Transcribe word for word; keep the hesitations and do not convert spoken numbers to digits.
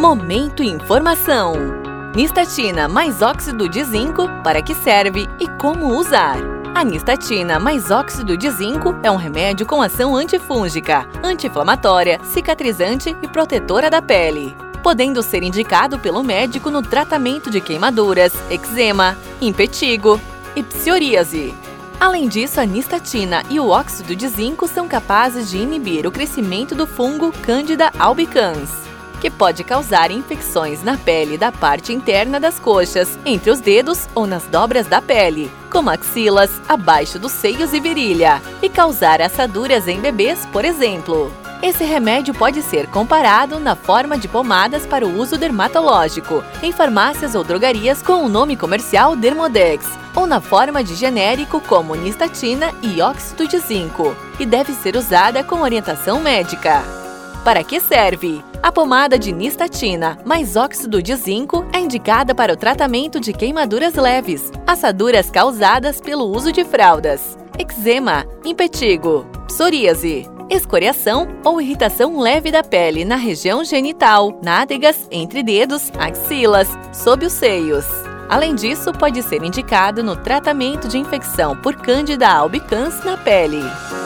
Momento Informação. Nistatina mais óxido de zinco, para que serve e como usar? A nistatina mais óxido de zinco é um remédio com ação antifúngica, anti-inflamatória, cicatrizante e protetora da pele, podendo ser indicado pelo médico no tratamento de queimaduras, eczema, impetigo e psoríase. Além disso, a nistatina e o óxido de zinco são capazes de inibir o crescimento do fungo Candida albicans, que pode causar infecções na pele da parte interna das coxas, entre os dedos ou nas dobras da pele, como axilas, abaixo dos seios e virilha, e causar assaduras em bebês, por exemplo. Esse remédio pode ser comparado na forma de pomadas para o uso dermatológico, em farmácias ou drogarias com o nome comercial Dermodex, ou na forma de genérico como nistatina e óxido de zinco, e deve ser usada com orientação médica. Para que serve? A pomada de nistatina mais óxido de zinco é indicada para o tratamento de queimaduras leves, assaduras causadas pelo uso de fraldas, eczema, impetigo, psoríase, escoriação ou irritação leve da pele na região genital, nádegas, entre dedos, axilas, sob os seios. Além disso, pode ser indicado no tratamento de infecção por Candida albicans na pele.